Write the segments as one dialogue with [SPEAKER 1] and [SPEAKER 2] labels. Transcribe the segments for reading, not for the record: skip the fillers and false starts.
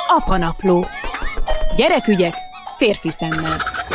[SPEAKER 1] Apanapló. Gyerekügyek férfi szemmel.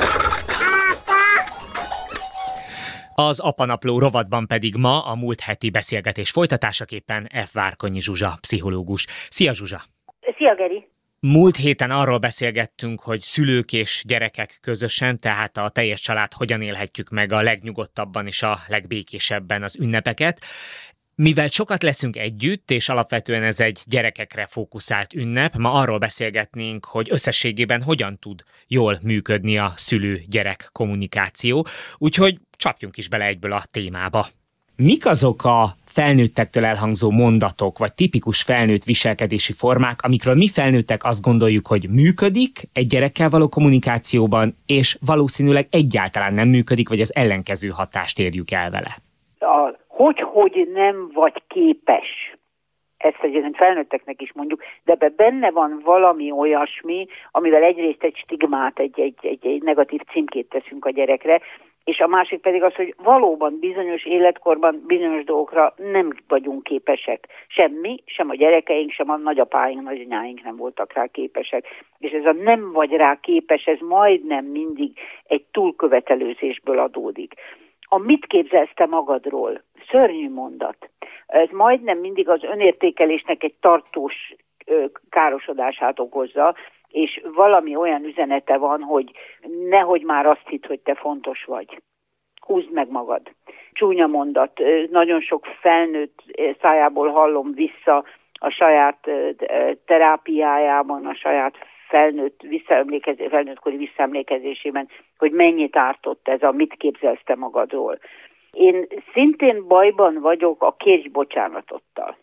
[SPEAKER 2] Az Apanapló rovatban pedig ma a múlt heti beszélgetés folytatásaképpen F. Várkonyi Zsuzsa, pszichológus. Szia Zsuzsa!
[SPEAKER 3] Szia Geri!
[SPEAKER 2] Múlt héten arról beszélgettünk, hogy szülők és gyerekek közösen, tehát a teljes család hogyan élhetjük meg a legnyugodtabban és a legbékésebben az ünnepeket. Mivel sokat leszünk együtt, és alapvetően ez egy gyerekekre fókuszált ünnep, ma arról beszélgetnénk, hogy összességében hogyan tud jól működni a szülő-gyerek kommunikáció, úgyhogy csapjunk is bele egyből a témába. Mik azok a felnőttektől elhangzó mondatok, vagy tipikus felnőtt viselkedési formák, amikről mi felnőttek azt gondoljuk, hogy működik egy gyerekkel való kommunikációban, és valószínűleg egyáltalán nem működik, vagy az ellenkező hatást érjük el vele?
[SPEAKER 3] Hogy nem vagy képes, ezt egyébként felnőtteknek is mondjuk, de ebben benne van valami olyasmi, amivel egyrészt egy stigmát, egy negatív címkét teszünk a gyerekre, és a másik pedig az, hogy valóban bizonyos életkorban bizonyos dolgokra nem vagyunk képesek. Semmi, sem a gyerekeink, sem a nagyapáink, nagyanyáink nem voltak rá képesek. És ez a nem vagy rá képes, ez majdnem mindig egy túlkövetelőzésből adódik. A mit képzelsz te magadról? Szörnyű mondat. Ez majdnem mindig az önértékelésnek egy tartós károsodását okozza, és valami olyan üzenete van, hogy nehogy már azt hidd, hogy te fontos vagy. Húzd meg magad. Csúnya mondat. Nagyon sok felnőtt szájából hallom vissza a saját terápiájában, a saját felnőttkori visszaemlékezésében, hogy mennyit ártott ez a mit képzelsz te magadról. Én szintén bajban vagyok a kérj bocsánatottal.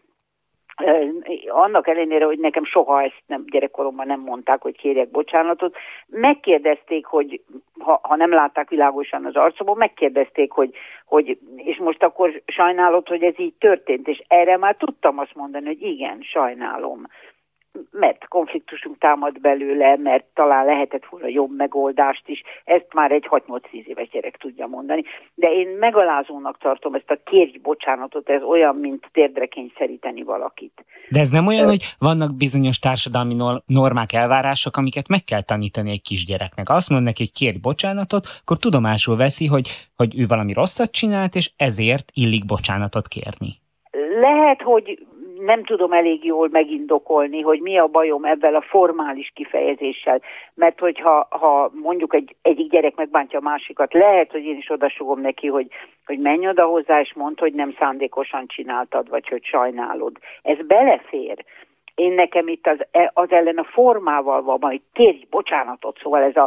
[SPEAKER 3] Annak ellenére, hogy nekem soha ezt gyerekkoromban nem mondták, hogy kérjek bocsánatot, megkérdezték, hogy ha nem látták világosan az arcomon, megkérdezték, hogy és most akkor sajnálod, hogy ez így történt, és erre már tudtam azt mondani, hogy igen, sajnálom. Mert konfliktusunk támad belőle, mert talán lehetett volna jobb megoldást is, ezt már egy 6-8-10 éves gyerek tudja mondani. De én megalázónak tartom ezt a kérj bocsánatot, ez olyan, mint térdre kényszeríteni valakit.
[SPEAKER 2] De ez nem olyan, hogy vannak bizonyos társadalmi normák, elvárások, amiket meg kell tanítani egy kisgyereknek. Azt mond neki, hogy kérj bocsánatot, akkor tudomásul veszi, hogy ő valami rosszat csinált, és ezért illik bocsánatot kérni.
[SPEAKER 3] Lehet, hogy nem tudom elég jól megindokolni, hogy mi a bajom ebben a formális kifejezéssel, mert hogyha mondjuk egyik gyerek megbántja a másikat, lehet, hogy én is odasugom neki, hogy menj oda hozzá, és mondd, hogy nem szándékosan csináltad, vagy hogy sajnálod. Ez belefér. Én nekem itt az ellen a formával van, hogy kérj bocsánatot, szóval ez a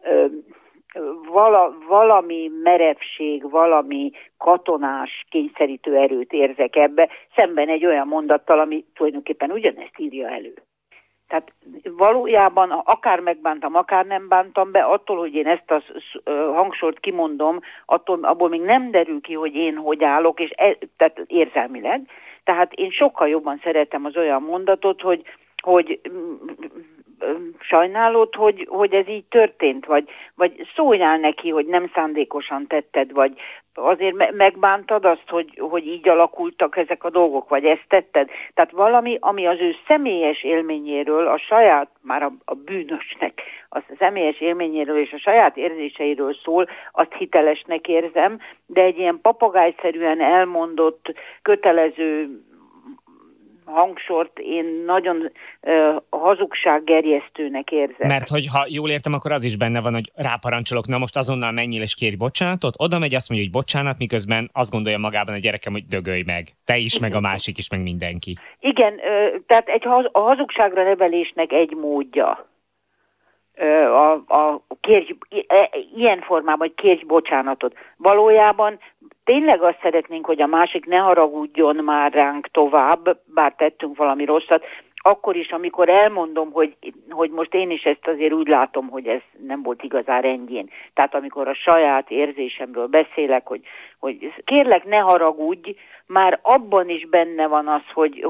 [SPEAKER 3] valami merevség, valami katonás kényszerítő erőt érzek ebbe, szemben egy olyan mondattal, ami tulajdonképpen ugyanezt írja elő. Tehát valójában akár megbántam, akár nem bántam be, attól, hogy én ezt a hangsort kimondom, abból még nem derül ki, hogy én hogy állok, és tehát érzelmileg. Tehát én sokkal jobban szeretem az olyan mondatot, hogy sajnálod, hogy ez így történt, vagy szóljál neki, hogy nem szándékosan tetted, vagy azért megbántad azt, hogy így alakultak ezek a dolgok, vagy ezt tetted. Tehát valami, ami az ő személyes élményéről, a saját, már a bűnösnek, az a személyes élményéről és a saját érzéseiről szól, azt hitelesnek érzem, de egy ilyen papagájszerűen elmondott, kötelező hangsort én nagyon hazugsággerjesztőnek érzem.
[SPEAKER 2] Mert hogy ha jól értem, akkor az is benne van, hogy ráparancsolok, na most azonnal menjél és kérj bocsánatot, oda megy, azt mondja, hogy bocsánat, miközben azt gondolja magában a gyerekem, hogy dögölj meg. Te is, meg a másik is, meg mindenki.
[SPEAKER 3] Igen, tehát a hazugságra nevelésnek egy módja. Ilyen formában, hogy kérj bocsánatot. Valójában tényleg azt szeretnénk, hogy a másik ne haragudjon már ránk tovább, bár tettünk valami rosszat, akkor is, amikor elmondom, hogy most én is ezt azért úgy látom, hogy ez nem volt igazán rendjén. Tehát amikor a saját érzésemről beszélek, hogy kérlek ne haragudj, már abban is benne van az, hogy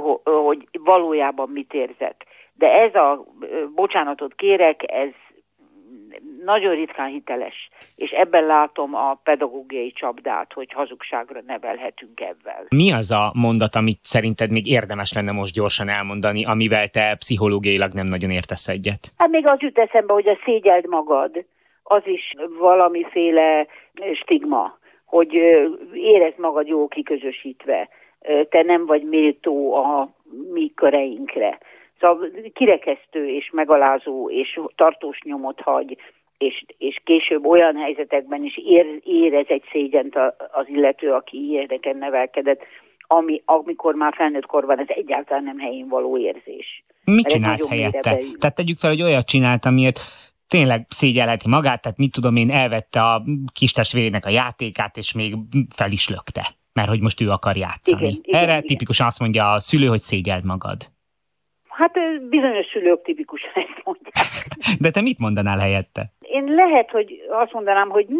[SPEAKER 3] valójában mit érzek. De ez a bocsánatot kérek, ez nagyon ritkán hiteles. És ebben látom a pedagógiai csapdát, hogy hazugságra nevelhetünk ebben.
[SPEAKER 2] Mi az a mondat, amit szerinted még érdemes lenne most gyorsan elmondani, amivel te pszichológiailag nem nagyon értesz egyet?
[SPEAKER 3] Hát még az jut eszembe, hogy a szégyeld magad, az is valamiféle stigma, hogy érezd magad jól kiközösítve, te nem vagy méltó a mi köreinkre. Szóval kirekesztő és megalázó és tartós nyomot hagy, és később olyan helyzetekben is érez egy szégyent az illető, aki ilyeneken nevelkedett, amikor már felnőtt korban ez egyáltalán nem helyén való érzés.
[SPEAKER 2] Mit csinálsz helyette? Tehát tegyük fel, hogy olyat csinált, amiért tényleg szégyellheti magát, tehát mit tudom én, elvette a kis testvérének a játékát, és még fel is lökte, mert hogy most ő akar játszani. Igen. Tipikusan azt mondja a szülő, hogy szégyeld magad.
[SPEAKER 3] Hát bizonyos szülők tipikusan ezt mondják.
[SPEAKER 2] De te mit mondanál helyette?
[SPEAKER 3] Én lehet, hogy azt mondanám, hogy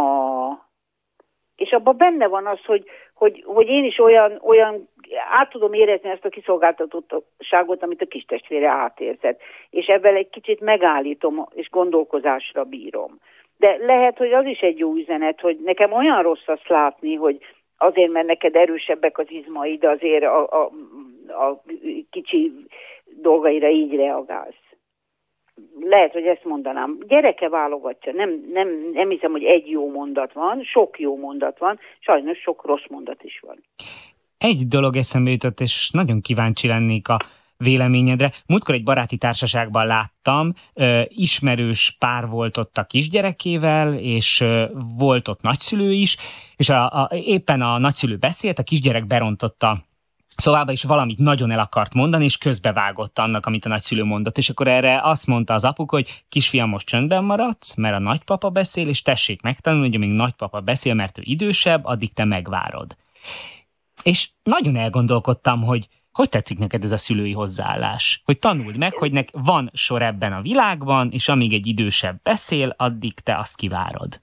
[SPEAKER 3] és abban benne van az, hogy én is olyan át tudom érezni ezt a kiszolgáltatottságot, amit a kis testvére átérzett. És ebben egy kicsit megállítom, és gondolkozásra bírom. De lehet, hogy az is egy jó üzenet, hogy nekem olyan rossz azt látni, hogy azért, mert neked erősebbek az izmaid, de azért a kicsi dolgaira így reagálsz. Lehet, hogy ezt mondanám. Gyereke válogatja. Nem hiszem, hogy egy jó mondat van, sok jó mondat van, sajnos sok rossz mondat is van.
[SPEAKER 2] Egy dolog eszembe jutott, és nagyon kíváncsi lennék a véleményedre. Múltkor egy baráti társaságban láttam, ismerős pár volt ott a kisgyerekével, és volt ott nagyszülő is, és éppen a nagyszülő beszélt, a kisgyerek berontotta szobába, és valamit nagyon el akart mondani, és közbevágott annak, amit a nagyszülő mondott, és akkor erre azt mondta az apuka, hogy kisfiam, most csöndben maradsz, mert a nagypapa beszél, és tessék megtanulni, hogy amíg nagypapa beszél, mert ő idősebb, addig te megvárod. És nagyon elgondolkodtam, hogy tetszik neked ez a szülői hozzáállás? Hogy tanuld meg, hogy van sor ebben a világban, és amíg egy idősebb beszél, addig te azt kivárod.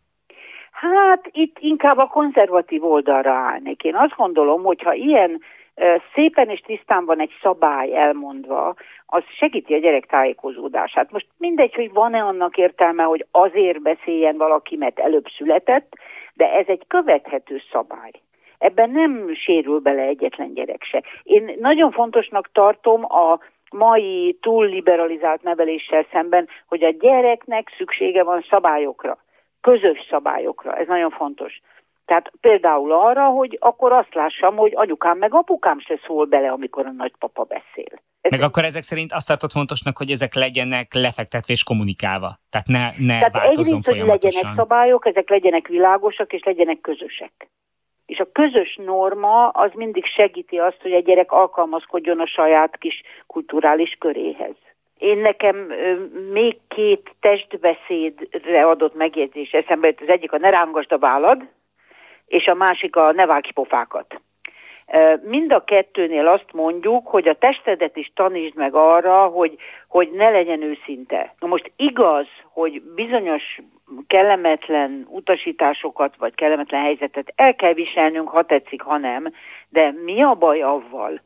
[SPEAKER 3] Hát itt inkább a konzervatív oldalra állnék. Én azt gondolom, hogy ha ilyen szépen és tisztán van egy szabály elmondva, az segíti a gyerek tájékozódását. Most mindegy, hogy van-e annak értelme, hogy azért beszéljen valaki, mert előbb született, de ez egy követhető szabály. Ebben nem sérül bele egyetlen gyerek se. Én nagyon fontosnak tartom a mai túl liberalizált neveléssel szemben, hogy a gyereknek szüksége van szabályokra, közös szabályokra. Ez nagyon fontos. Tehát például arra, hogy akkor azt lássam, hogy anyukám meg apukám se szól bele, amikor a nagypapa beszél.
[SPEAKER 2] Meg akkor ezek szerint azt tartod fontosnak, hogy ezek legyenek lefektetve és kommunikálva. Tehát ne
[SPEAKER 3] Tehát
[SPEAKER 2] változzon
[SPEAKER 3] folyamatosan. Hogy legyenek szabályok, ezek legyenek világosak és legyenek közösek. És a közös norma az mindig segíti azt, hogy a gyerek alkalmazkodjon a saját kis kulturális köréhez. Én nekem még 2 testbeszédre adott megjegyzés eszembe jött. Az egyik a ne rángasd a vállad, és a másik a ne vágj pofákat. Mind a kettőnél azt mondjuk, hogy a testedet is tanítsd meg arra, hogy ne legyen őszinte. Na most igaz, hogy bizonyos kellemetlen utasításokat, vagy kellemetlen helyzetet el kell viselnünk, ha tetszik, ha nem, de mi a baj avval,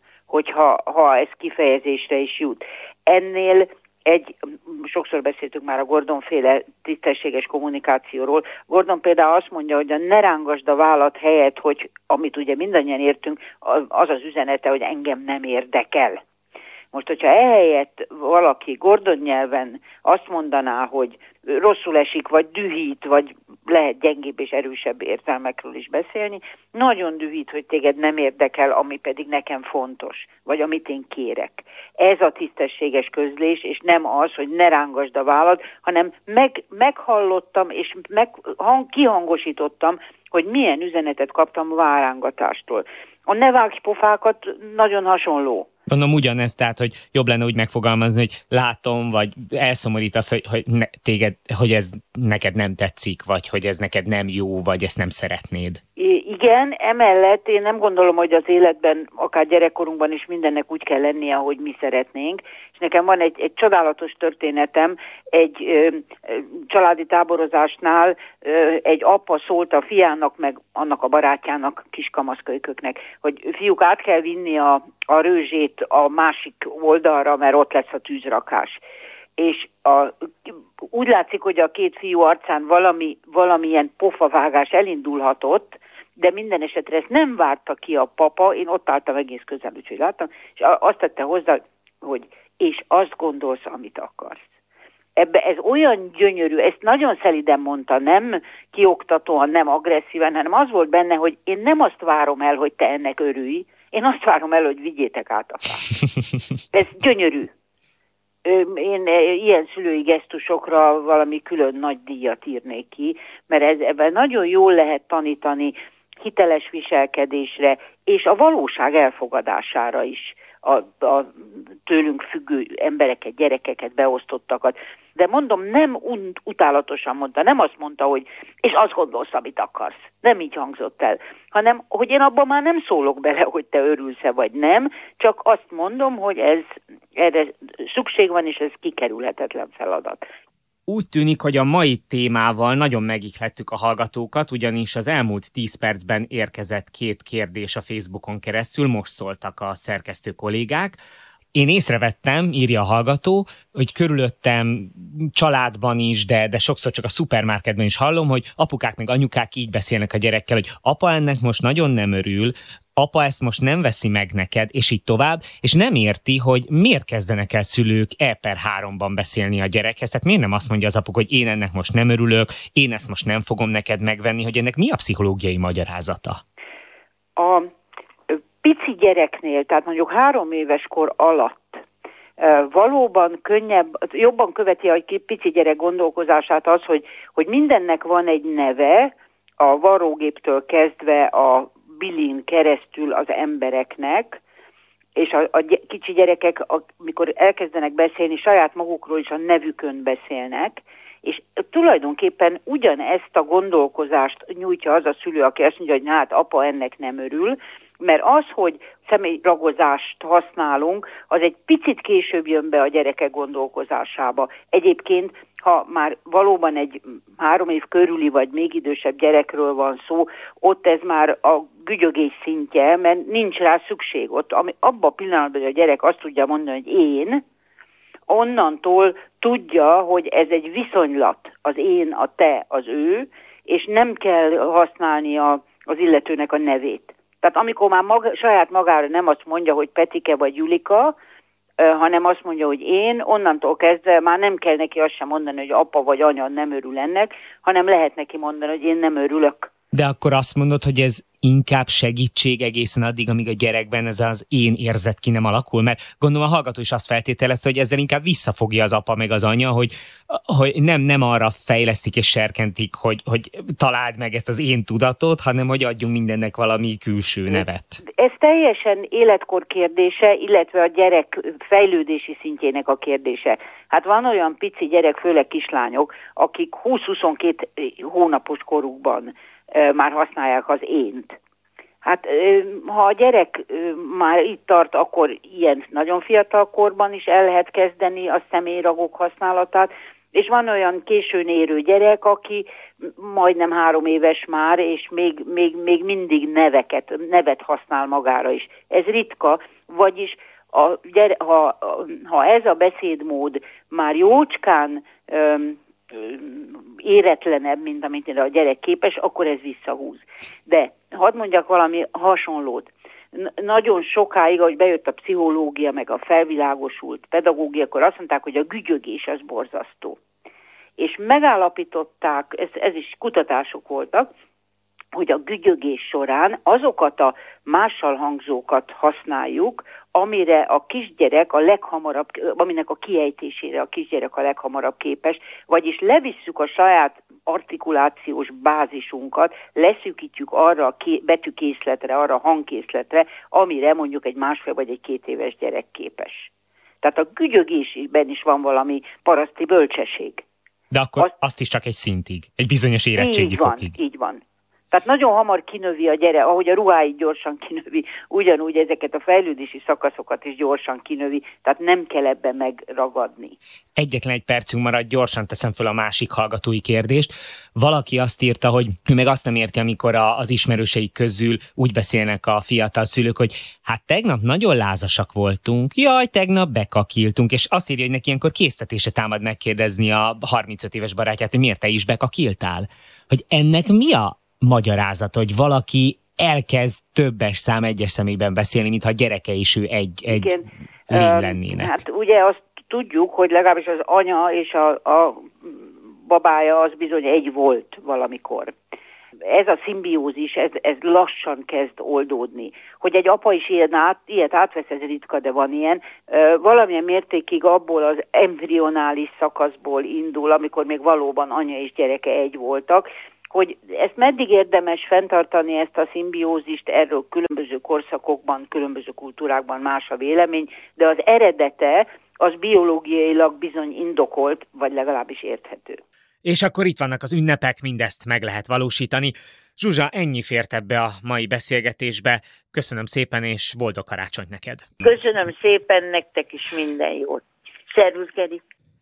[SPEAKER 3] ha ez kifejezésre is jut? Ennél sokszor beszéltünk már a Gordon-féle tisztességes kommunikációról. Gordon például azt mondja, hogy a ne rángasd a vállat helyett, hogy amit ugye mindannyian értünk, az az üzenete, hogy engem nem érdekel. Most, hogyha ehelyett valaki Gordon nyelven azt mondaná, hogy rosszul esik, vagy dühít, vagy lehet gyengébb és erősebb értelmekről is beszélni, nagyon dühít, hogy téged nem érdekel, ami pedig nekem fontos, vagy amit én kérek. Ez a tisztességes közlés, és nem az, hogy ne rángasd a vállad, hanem meghallottam, és kihangosítottam, hogy milyen üzenetet kaptam a várángatástól. A ne vágj pofákat nagyon hasonló.
[SPEAKER 2] Gondolom ugyanezt, tehát, hogy jobb lenne úgy megfogalmazni, hogy látom, vagy elszomorítasz, hogy ez neked nem tetszik, vagy hogy ez neked nem jó, vagy ezt nem szeretnéd.
[SPEAKER 3] Igen, emellett én nem gondolom, hogy az életben, akár gyerekkorunkban is mindennek úgy kell lennie, ahogy mi szeretnénk. És nekem van egy csodálatos történetem, egy családi táborozásnál egy apa szólt a fiának, meg annak a barátjának, kiskamaszkölyköknek, hogy fiúk, át kell vinni a rőzsét a másik oldalra, mert ott lesz a tűzrakás. és úgy látszik, hogy a két fiú arcán valamilyen pofavágás elindulhatott, de minden esetre ezt nem várta ki a papa, én ott álltam egész közel, úgyhogy láttam, és azt tette hozzá, hogy és azt gondolsz, amit akarsz. Ez olyan gyönyörű, ezt nagyon szeliden mondta, nem kioktatóan, nem agresszíven, hanem az volt benne, hogy én nem azt várom el, hogy te ennek örülj, én azt várom el, hogy vigyétek át a fát. Ez gyönyörű. Én ilyen szülői gesztusokra valami külön nagy díjat írnék ki, mert ebben nagyon jól lehet tanítani hiteles viselkedésre, és a valóság elfogadására is a tőlünk függő embereket, gyerekeket, beosztottakat. De mondom, nem utálatosan mondta, nem azt mondta, hogy és azt gondolsz, amit akarsz. Nem így hangzott el, hanem, hogy én abban már nem szólok bele, hogy te örülsz-e vagy nem, csak azt mondom, hogy erre szükség van, és ez kikerülhetetlen feladat.
[SPEAKER 2] Úgy tűnik, hogy a mai témával nagyon megihlettük a hallgatókat, ugyanis az elmúlt 10 percben érkezett 2 kérdés a Facebookon keresztül, most szóltak a szerkesztő kollégák. Én észrevettem, írja a hallgató, hogy körülöttem családban is, de sokszor csak a szupermarketben is hallom, hogy apukák meg anyukák így beszélnek a gyerekkel, hogy apa ennek most nagyon nem örül, apa ezt most nem veszi meg neked, és így tovább, és nem érti, hogy miért kezdenek el szülők E/3-ban beszélni a gyerekhez, tehát miért nem azt mondja az apuk, hogy én ennek most nem örülök, én ezt most nem fogom neked megvenni, hogy ennek mi a pszichológiai magyarázata?
[SPEAKER 3] A pici gyereknél, tehát mondjuk 3 éves kor alatt valóban jobban követi a pici gyerek gondolkozását az, hogy mindennek van egy neve, a varrógéptől kezdve a bilin keresztül az embereknek, és a kicsi gyerekek, amikor elkezdenek beszélni, saját magukról is a nevükön beszélnek, és tulajdonképpen ugyanezt a gondolkozást nyújtja az a szülő, aki azt mondja, hogy hát apa ennek nem örül, mert az, hogy személyragozást használunk, az egy picit később jön be a gyerekek gondolkozásába. Egyébként, ha már valóban egy 3 év körüli vagy még idősebb gyerekről van szó, ott ez már a gügyögés szintje, mert nincs rá szükség. Ott abban a pillanatban, hogy a gyerek azt tudja mondani, hogy én, onnantól tudja, hogy ez egy viszonylat, az én, a te, az ő, és nem kell használni az illetőnek a nevét. Tehát amikor már saját magára nem azt mondja, hogy Petike vagy Julika, hanem azt mondja, hogy én, onnantól kezdve már nem kell neki azt sem mondani, hogy apa vagy anya nem örül ennek, hanem lehet neki mondani, hogy én nem örülök.
[SPEAKER 2] De akkor azt mondod, hogy ez inkább segítség egészen addig, amíg a gyerekben ez az én érzet ki nem alakul? Mert gondolom a hallgató is azt feltételezte, hogy ezzel inkább visszafogja az apa meg az anya, hogy nem arra fejlesztik és serkentik, hogy találd meg ezt az én tudatot, hanem hogy adjunk mindennek valami külső nevet.
[SPEAKER 3] Ez teljesen életkor kérdése, illetve a gyerek fejlődési szintjének a kérdése. Hát van olyan pici gyerek, főleg kislányok, akik 20-22 hónapos korukban már használják az ént. Hát ha a gyerek már itt tart, akkor ilyen nagyon fiatal korban is el lehet kezdeni a személyragok használatát, és van olyan későn érő gyerek, aki majdnem 3 éves már, és még mindig nevet használ magára is. Ez ritka, vagyis ha ez a beszédmód már jócskán éretlenebb, mint amit a gyerek képes, akkor ez visszahúz. De hadd mondjak valami hasonlót. Nagyon sokáig, ahogy bejött a pszichológia, meg a felvilágosult pedagógia, akkor azt mondták, hogy a gügyögés az borzasztó. És megállapították, ez is kutatások voltak, hogy a gügyögés során azokat a mással hangzókat használjuk, amire a kisgyerek a leghamarabb, aminek a kiejtésére a kisgyerek a leghamarabb képes, vagyis levisszük a saját artikulációs bázisunkat, leszűkítjük arra a betűkészletre, arra a hangkészletre, amire mondjuk egy 1,5 vagy egy 2 éves gyerek képes. Tehát a gügyögésben is van valami paraszti bölcsesség.
[SPEAKER 2] De akkor azt is csak egy szintig, egy bizonyos érettségi fokig.
[SPEAKER 3] Így van. Tehát nagyon hamar kinövi a gyerek, ahogy a ruháit gyorsan kinövi, ugyanúgy ezeket a fejlődési szakaszokat is gyorsan kinövi, tehát nem kell ebbe megragadni.
[SPEAKER 2] Egyetlen egy percünk marad, gyorsan teszem föl a másik hallgatói kérdést. Valaki azt írta, hogy ő meg azt nem érti, amikor az ismerőseik közül úgy beszélnek a fiatal szülők, hogy hát tegnap nagyon lázasak voltunk, jaj, tegnap bekakiltunk, és azt írja, hogy neki ilyenkor késztetése támad megkérdezni a 35 éves barátját, hogy miért te is bekakiltál. Hogy ennek mi a magyarázat, hogy valaki elkezd többes szám egyes személyben beszélni, mintha gyereke is ő egy lény lennének.
[SPEAKER 3] Hát ugye azt tudjuk, hogy legalábbis az anya és a babája az bizony egy volt valamikor. Ez a szimbiózis, ez lassan kezd oldódni. Hogy egy apa is ilyet átvesz, ez ritka, de van ilyen, valamilyen mértékig abból az embrionális szakaszból indul, amikor még valóban anya és gyereke egy voltak, hogy ezt meddig érdemes fenntartani, ezt a szimbiózist, erről különböző korszakokban, különböző kultúrákban más a vélemény, de az eredete az biológiailag bizony indokolt, vagy legalábbis érthető.
[SPEAKER 2] És akkor itt vannak az ünnepek, mindezt meg lehet valósítani. Zsuzsa, ennyi fért ebbe a mai beszélgetésbe. Köszönöm szépen, és boldog karácsonyt neked!
[SPEAKER 3] Köszönöm szépen, nektek is minden jót! Szervusz, Geri!